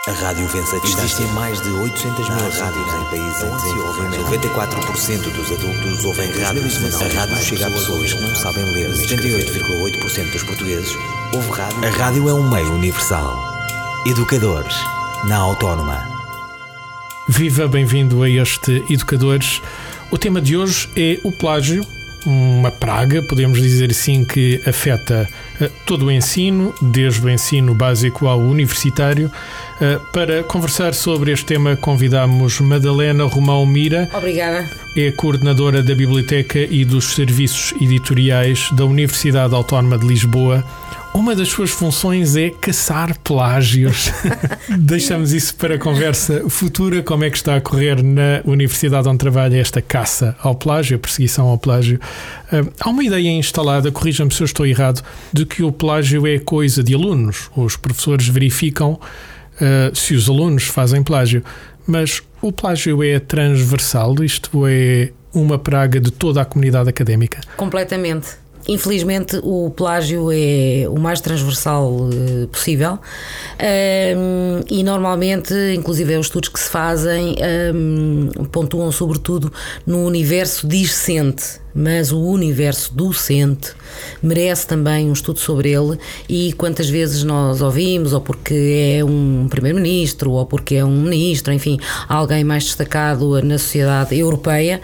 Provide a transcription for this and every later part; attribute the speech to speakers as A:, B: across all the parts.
A: A rádio vence a distância. Existem mais de 800 mil rádios em países em desenvolvimento. 94% dos adultos ouvem rádio. A rádio chega a pessoas que não sabem ler. 78,8% dos portugueses ouvem rádio. A rádio é um meio universal. Educadores, na Autónoma.
B: Viva, bem-vindo a este Educadores. O tema de hoje é o plágio, uma praga, podemos dizer assim, que afeta todo o ensino, desde o ensino básico ao universitário. Para conversar sobre este tema, convidamos Madalena Romão Mira.
C: Obrigada.
B: É coordenadora da Biblioteca e dos Serviços Editoriais da Universidade Autónoma de Lisboa. Uma das suas funções é caçar plágios. Deixamos isso para a conversa futura. Como é que está a correr na universidade onde trabalha esta caça ao plágio, a perseguição ao plágio? Há uma ideia instalada, corrija-me se eu estou errado, de que o plágio é coisa de alunos. Os professores verificam se os alunos fazem plágio. Mas o plágio é transversal? Isto é uma praga de toda a comunidade académica?
C: Completamente. Infelizmente o plágio é o mais transversal possível e normalmente, inclusive os estudos que se fazem pontuam sobretudo no universo discente, mas o universo docente merece também um estudo sobre ele. E quantas vezes nós ouvimos, ou porque é um primeiro-ministro, ou porque é um ministro, enfim, alguém mais destacado na sociedade europeia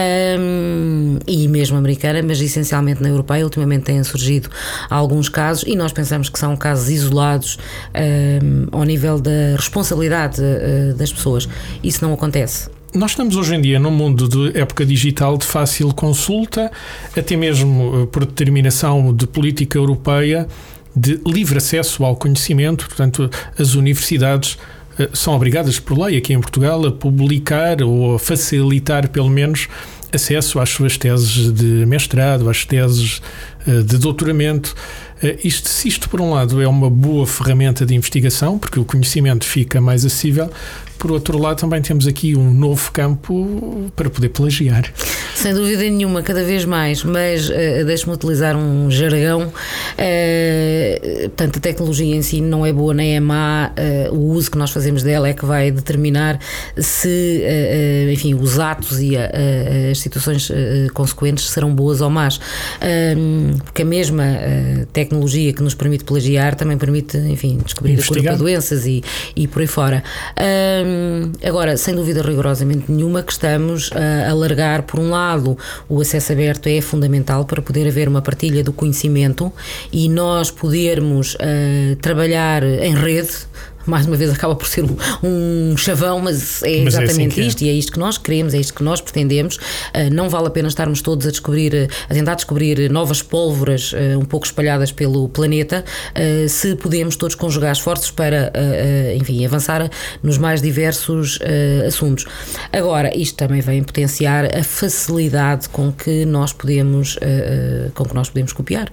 C: e mesmo americana, mas essencialmente na europeia, ultimamente têm surgido alguns casos e nós pensamos que são casos isolados ao nível da responsabilidade das pessoas. Isso não acontece.
B: Nós estamos hoje em dia num mundo de época digital de fácil consulta, até mesmo por determinação de política europeia, de livre acesso ao conhecimento. Portanto, as universidades são obrigadas por lei aqui em Portugal a publicar ou a facilitar pelo menos acesso às suas teses de mestrado, às teses de doutoramento. Se isto por um lado é uma boa ferramenta de investigação, porque o conhecimento fica mais acessível, por outro lado também temos aqui um novo campo para poder plagiar.
C: Sem dúvida nenhuma, cada vez mais, mas deixe-me utilizar um jargão. Portanto, a tecnologia em si não é boa nem é má, o uso que nós fazemos dela é que vai determinar se, enfim, os atos e as situações consequentes serão boas ou más. Porque a mesma tecnologia que nos permite plagiar também permite, enfim, descobrir a cura para doenças e por aí fora. Agora, sem dúvida rigorosamente nenhuma que estamos a alargar, por um lado, o acesso aberto é fundamental para poder haver uma partilha do conhecimento e nós podermos trabalhar em rede. Mais uma vez acaba por ser um chavão, mas é exatamente isto, e é isto que nós queremos, é isto que nós pretendemos. Não vale a pena estarmos todos a tentar descobrir novas pólvoras um pouco espalhadas pelo planeta, se podemos todos conjugar esforços para, enfim, avançar nos mais diversos assuntos. Agora, isto também vem potenciar a facilidade com que nós podemos copiar.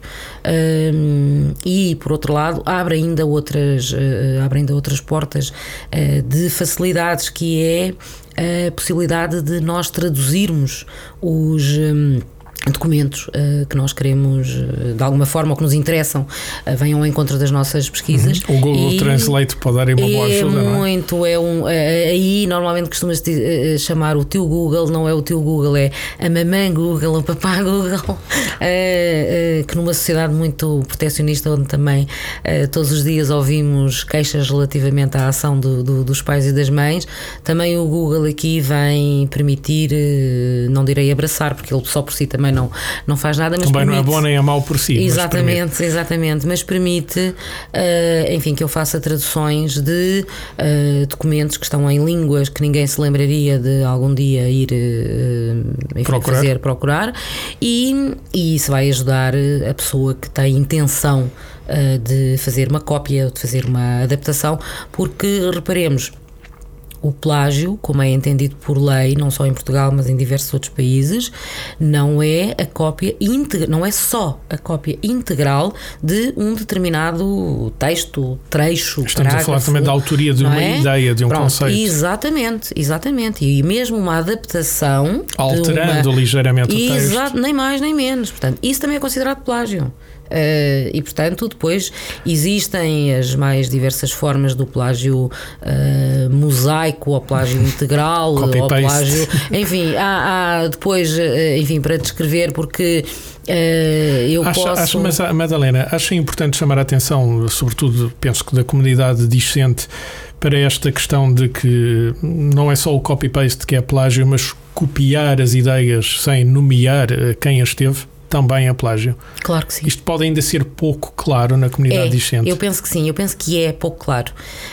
C: E, por outro lado, abre ainda outras portas de facilidades, que é a possibilidade de nós traduzirmos os documentos que nós queremos, de alguma forma, ou que nos interessam, venham ao encontro das nossas pesquisas.
B: O Google Translate pode dar aí uma boa ajuda,
C: não é? Aí normalmente costumas chamar o teu Google, não é o teu Google, é a mamãe Google, o papá Google, que numa sociedade muito protecionista, onde também todos os dias ouvimos queixas relativamente à ação dos pais e das mães, também o Google aqui vem permitir, não direi abraçar, porque ele só por si também não faz nada, mas
B: também
C: permite,
B: não é bom nem é mau por si.
C: Exatamente, mas permite, enfim, que eu faça traduções de documentos que estão em línguas que ninguém se lembraria de algum dia ir procurar, e isso vai ajudar a pessoa que tem intenção de fazer uma cópia ou de fazer uma adaptação, porque reparemos, o plágio, como é entendido por lei, não só em Portugal, mas em diversos outros países, não é a cópia íntegra, não é só a cópia integral de um determinado texto, trecho,
B: Estamos
C: parágrafo,
B: a falar também da autoria de uma ideia, de um conceito.
C: Exatamente. E mesmo uma adaptação
B: alterando ligeiramente o texto.
C: Nem mais nem menos. Portanto, isso também é considerado plágio. E portanto depois existem as mais diversas formas do plágio mosaico ou plágio integral ou plágio, enfim, há depois, enfim, para descrever, porque posso...
B: Mas, Madalena, acho importante chamar a atenção, sobretudo penso que da comunidade discente, para esta questão de que não é só o copy-paste que é plágio, mas copiar as ideias sem nomear quem as teve também é plágio.
C: Claro que sim.
B: Isto pode ainda ser pouco claro na comunidade discente.
C: Eu penso que sim, eu penso que é pouco claro,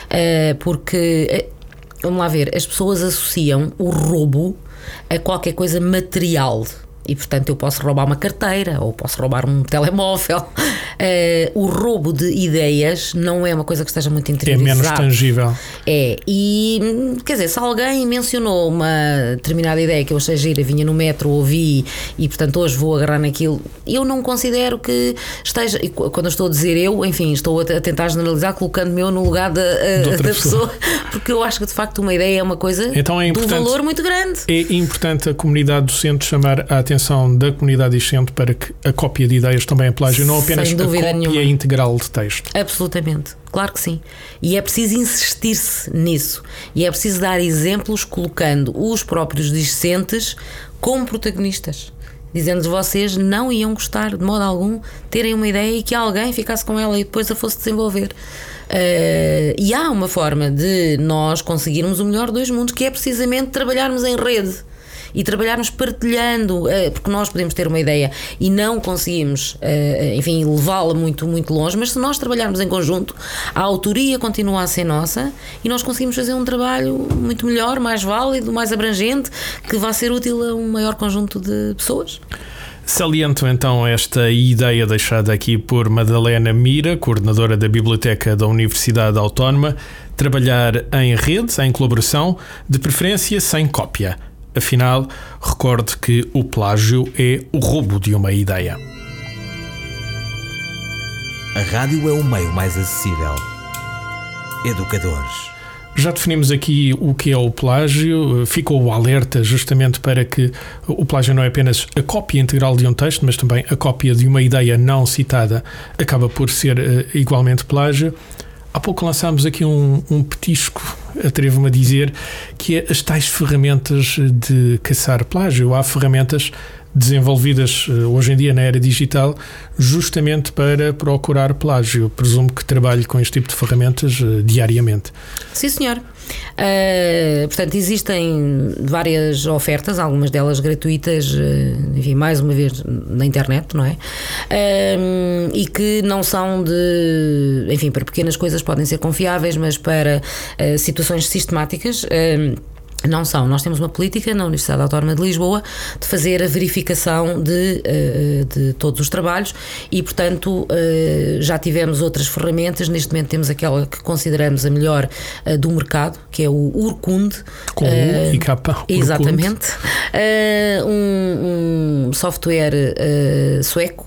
C: porque, vamos lá ver, as pessoas associam o roubo a qualquer coisa material. E portanto eu posso roubar uma carteira ou posso roubar um telemóvel. O roubo de ideias não é uma coisa que esteja muito interiorizada.
B: É menos tangível.
C: E quer dizer, se alguém mencionou uma determinada ideia que eu achei gira, vinha no metro, ouvi e portanto hoje vou agarrar naquilo, eu não considero que esteja, e quando eu estou a dizer eu, enfim, estou a tentar generalizar colocando-me eu no lugar da pessoa, porque eu acho que de facto uma ideia é uma coisa
B: então de um
C: valor muito grande.
B: É importante a comunidade docente chamar a atenção da comunidade discente para que a cópia de ideias também é plágio, não apenas a cópia integral de texto.
C: Absolutamente, claro que sim. E é preciso insistir-se nisso. E é preciso dar exemplos colocando os próprios discentes como protagonistas, dizendo-lhes: vocês não iam gostar de modo algum terem uma ideia e que alguém ficasse com ela e depois a fosse desenvolver. E há uma forma de nós conseguirmos o melhor dos mundos, que é precisamente trabalharmos em rede e trabalharmos partilhando, porque nós podemos ter uma ideia e não conseguimos, enfim, levá-la muito, muito longe, mas se nós trabalharmos em conjunto, a autoria continua a ser nossa e nós conseguimos fazer um trabalho muito melhor, mais válido, mais abrangente, que vai ser útil a um maior conjunto de pessoas.
B: Saliento então esta ideia deixada aqui por Madalena Mira, coordenadora da Biblioteca da Universidade Autónoma: trabalhar em rede, em colaboração, de preferência sem cópia. Afinal, recorde que o plágio é o roubo de uma ideia.
A: A rádio é o meio mais acessível. Educadores.
B: Já definimos aqui o que é o plágio, ficou o alerta justamente para que o plágio não é apenas a cópia integral de um texto, mas também a cópia de uma ideia não citada acaba por ser igualmente plágio. Há pouco lançámos aqui um petisco, atrevo-me a dizer, que é as tais ferramentas de caçar plágio. Há ferramentas desenvolvidas hoje em dia na era digital justamente para procurar plágio. Presumo que trabalhe com este tipo de ferramentas diariamente.
C: Sim, senhor. Portanto, existem várias ofertas, algumas delas gratuitas, enfim, mais uma vez na internet, não é? E que não são de, enfim, para pequenas coisas podem ser confiáveis, mas para situações sistemáticas não são. Nós temos uma política na Universidade Autónoma de Lisboa de fazer a verificação de todos os trabalhos e, portanto, já tivemos outras ferramentas. Neste momento temos aquela que consideramos a melhor do mercado, que é o Urkund.
B: Com U e capa.
C: Exatamente. Um software sueco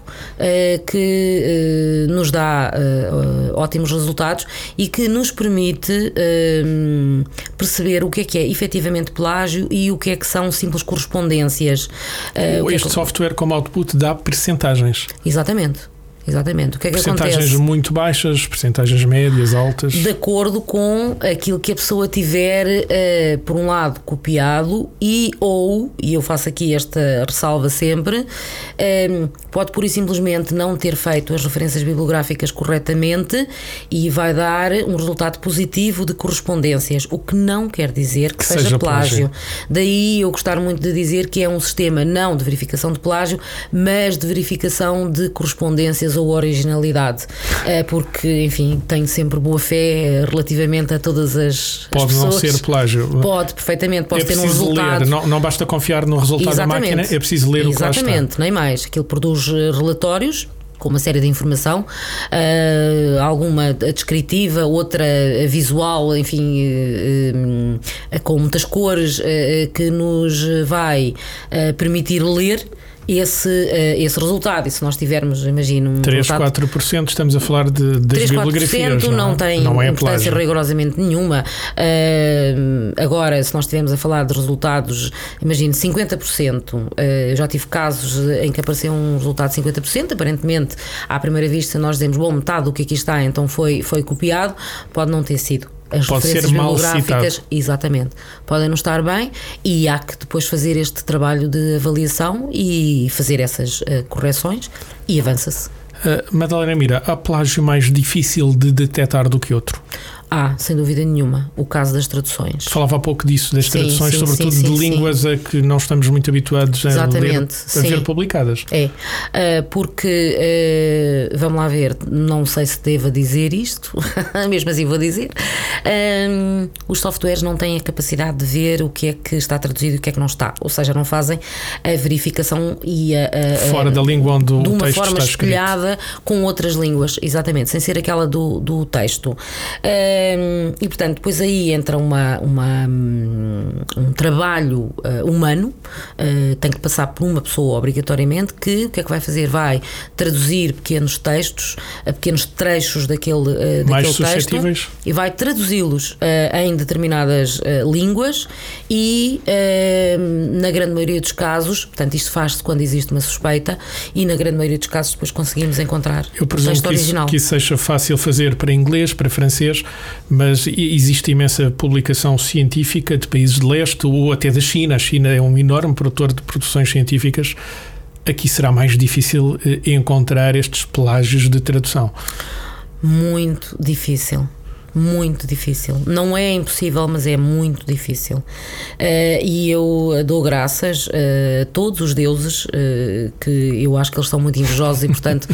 C: que nos dá ótimos resultados e que nos permite perceber o que é efetivamente plágio e o que é que são simples correspondências.
B: Este software como output dá percentagens.
C: Exatamente. Exatamente. O que é que acontece?
B: Percentagens muito baixas, percentagens médias, altas.
C: De acordo com aquilo que a pessoa tiver, por um lado, copiado e eu faço aqui esta ressalva sempre, pode pura e simplesmente não ter feito as referências bibliográficas corretamente e vai dar um resultado positivo de correspondências, o que não quer dizer que seja plágio. Daí eu gostar muito de dizer que é um sistema não de verificação de plágio, mas de verificação de correspondências ou originalidade, porque, enfim, tenho sempre boa fé relativamente a todas as
B: pode
C: pessoas.
B: Não ser plágio.
C: Pode, perfeitamente, pode ter um resultado.
B: Ler. Não basta confiar no resultado da máquina, é preciso ler o que lá está.
C: Exatamente, nem mais. Aquilo produz relatórios com uma série de informação, alguma descritiva, outra visual, enfim, com muitas cores, que nos vai permitir ler esse resultado. E se nós tivermos, imagino,
B: 3-4%, estamos a falar das bibliografias.
C: Não é importância rigorosamente nenhuma. Agora, se nós estivermos a falar de resultados, imagino 50%. Eu já tive casos em que apareceu um resultado de 50%. Aparentemente, à primeira vista, nós dizemos, bom, metade do que aqui está, então foi copiado. Pode não ter sido. As
B: pode
C: referências
B: ser mal
C: bibliográficas,
B: citado.
C: Exatamente, podem não estar bem, e há que depois fazer este trabalho de avaliação e fazer essas correções, e avança-se.
B: Madalena Mira, há plágio mais difícil de detectar do que outro?
C: Sem dúvida nenhuma, o caso das traduções.
B: Falava há pouco disso, das traduções,
C: sim,
B: sobretudo
C: sim,
B: de línguas a que não estamos muito habituados a ver publicadas.
C: Porque, vamos lá ver, não sei se devo dizer isto, mesmo assim vou dizer, os softwares não têm a capacidade de ver o que é que está traduzido e o que é que não está, ou seja, não fazem a verificação e
B: fora da língua onde o texto está escrito.
C: De uma forma espelhada com outras línguas, exatamente, sem ser aquela do texto. E portanto depois aí entra um trabalho humano, tem que passar por uma pessoa obrigatoriamente, que o que é que vai fazer? Vai traduzir pequenos textos, pequenos trechos daquele texto e vai traduzi-los em determinadas línguas e na grande maioria dos casos, portanto isto faz-se quando existe uma suspeita, e na grande maioria dos casos depois conseguimos encontrar o texto original.
B: Que isso seja fácil fazer para inglês, para francês, mas existe imensa publicação científica de países de leste ou até da China. A China é um enorme produtor de produções científicas. Aqui será mais difícil encontrar estes plágios de tradução.
C: Muito difícil. Muito difícil. Não é impossível, mas é muito difícil. E eu dou graças a todos os deuses, que eu acho que eles são muito invejosos e, portanto,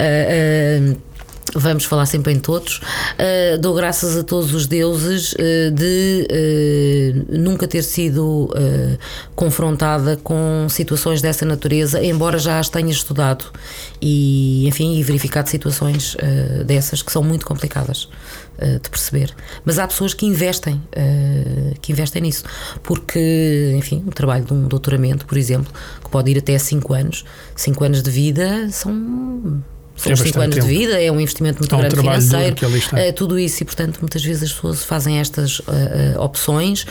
C: vamos falar sempre em todos. Dou graças a todos os deuses de nunca ter sido confrontada com situações dessa natureza, embora já as tenha estudado e, enfim, e verificado situações dessas que são muito complicadas de perceber. Mas há pessoas que investem nisso, porque, enfim, o trabalho de um doutoramento, por exemplo, que pode ir até 5 anos. 5 anos de vida são 5 anos de vida, é um investimento muito grande financeiro, tudo isso, e portanto muitas vezes as pessoas fazem estas opções.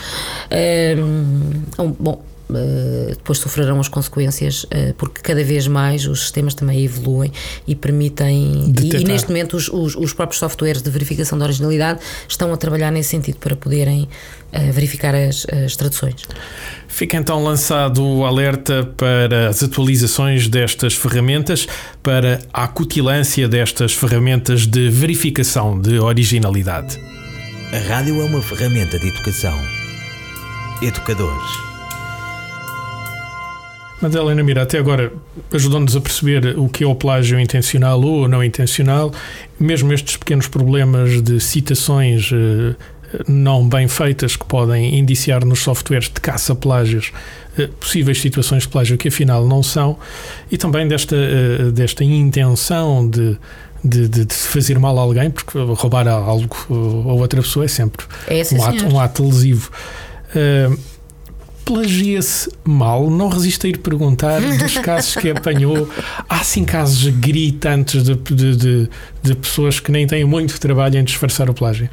C: Depois sofrerão as consequências, porque cada vez mais os sistemas também evoluem e permitem, e neste momento os próprios softwares de verificação da originalidade estão a trabalhar nesse sentido para poderem verificar as traduções.
B: Fica então lançado o alerta para as atualizações destas ferramentas, para a acutilância destas ferramentas de verificação de originalidade.
A: A rádio é uma ferramenta de educação. Educadores.
B: Madalena Mira, até agora ajudou-nos a perceber o que é o plágio intencional ou não intencional, mesmo estes pequenos problemas de citações não bem feitas que podem indiciar nos softwares de caça-plágios possíveis situações de plágio que afinal não são, e também desta intenção de fazer mal a alguém, porque roubar algo a outra pessoa é sempre um ato lesivo. Plagia-se mal? Não resisto a ir perguntar dos casos que apanhou. Há sim casos gritantes de pessoas que nem têm muito trabalho em disfarçar o plágio.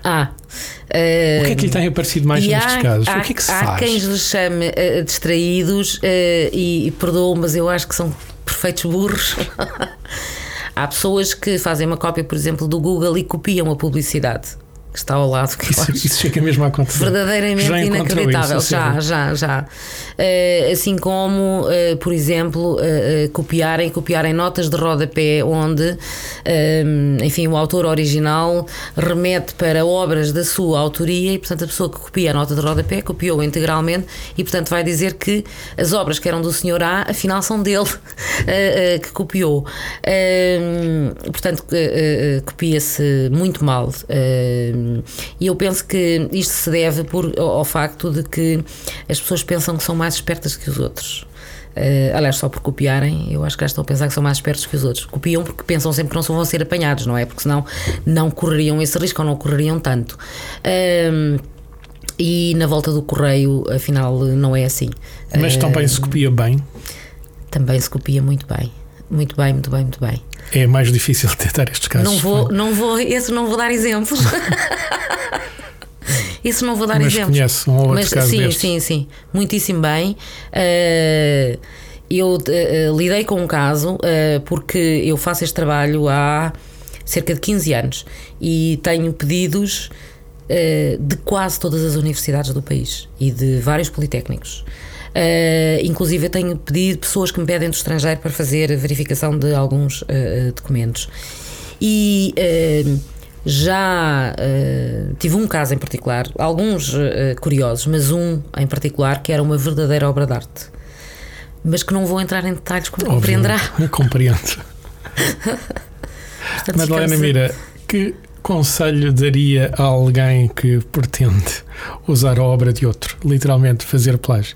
B: O que é que lhe tem aparecido mais nestes casos? O que é que se faz?
C: Há quem lhes chame distraídos e perdoam, mas eu acho que são perfeitos burros. Há pessoas que fazem uma cópia, por exemplo, do Google e copiam a publicidade que está ao lado.
B: Isso chega mesmo a acontecer.
C: Verdadeiramente inacreditável. Já. Assim como, por exemplo, copiarem notas de rodapé onde, enfim, o autor original remete para obras da sua autoria e, portanto, a pessoa que copia a nota de rodapé copiou integralmente e, portanto, vai dizer que as obras que eram do Sr. A, afinal, são dele que copiou. Portanto, copia-se muito mal. E eu penso que isto se deve ao facto de que as pessoas pensam que são mais espertas que os outros. Aliás, só por copiarem, eu acho que já estão a pensar que são mais espertos que os outros. Copiam porque pensam sempre que não vão ser apanhados, não é? Porque senão não correriam esse risco ou não correriam tanto. E na volta do correio, afinal, não é assim.
B: Mas também se copia bem?
C: também se copia muito bem. Muito bem, muito bem, muito bem.
B: É mais difícil detectar estes casos.
C: Não vou dar exemplos. Isso não vou dar
B: mas
C: exemplos.
B: Conhece um ou outro caso
C: sim,
B: destes.
C: sim, muitíssimo bem. Eu lidei com um caso porque eu faço este trabalho há cerca de 15 anos e tenho pedidos de quase todas as universidades do país e de vários politécnicos. Inclusive eu tenho pedido pessoas que me pedem do estrangeiro para fazer a verificação de alguns documentos. E já tive um caso em particular, alguns curiosos, mas um em particular que era uma verdadeira obra de arte, mas que não vou entrar em detalhes, como compreenderá.
B: Compreendo. Madalena Mira, que conselho daria a alguém que pretende usar a obra de outro, literalmente fazer plágio?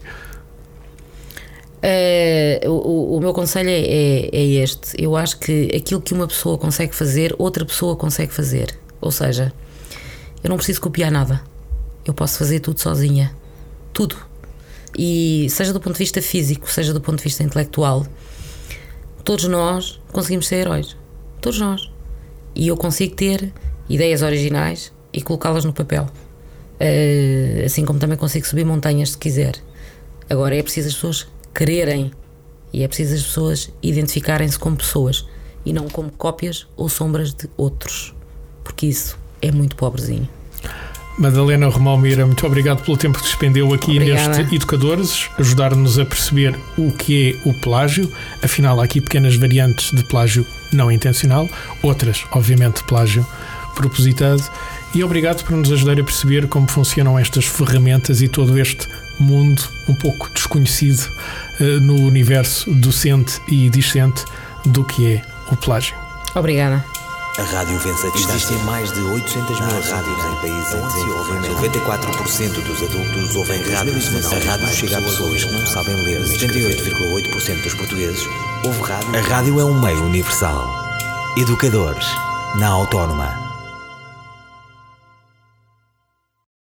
C: O meu conselho é este. Eu acho que aquilo que uma pessoa consegue fazer, outra pessoa consegue fazer. Ou seja, eu não preciso copiar nada. Eu posso fazer tudo sozinha. Tudo. E seja do ponto de vista físico, seja do ponto de vista intelectual, todos nós conseguimos ser heróis. Todos nós. E eu consigo ter ideias originais e colocá-las no papel. Assim como também consigo subir montanhas se quiser. Agora é preciso as pessoas quererem e é preciso as pessoas identificarem-se como pessoas e não como cópias ou sombras de outros, porque isso é muito pobrezinho.
B: Madalena Romão Mira, muito obrigado pelo tempo que despendeu aqui
C: Obrigada.
B: neste Educadores, ajudar-nos a perceber o que é o plágio. Afinal, há aqui pequenas variantes de plágio não intencional, outras, obviamente, plágio propositado. E obrigado por nos ajudar a perceber como funcionam estas ferramentas e todo este mundo um pouco desconhecido no universo docente e discente do que é o plágio.
C: Obrigada.
A: A rádio vence a distância. Existem mais de 800 mil rádios em países em desenvolvimento. 94% dos adultos ouvem rádio. A rádio chega a pessoas que não sabem ler. 78,8% dos portugueses ouvem rádio. A rádio é um meio universal. Educadores, na Autónoma.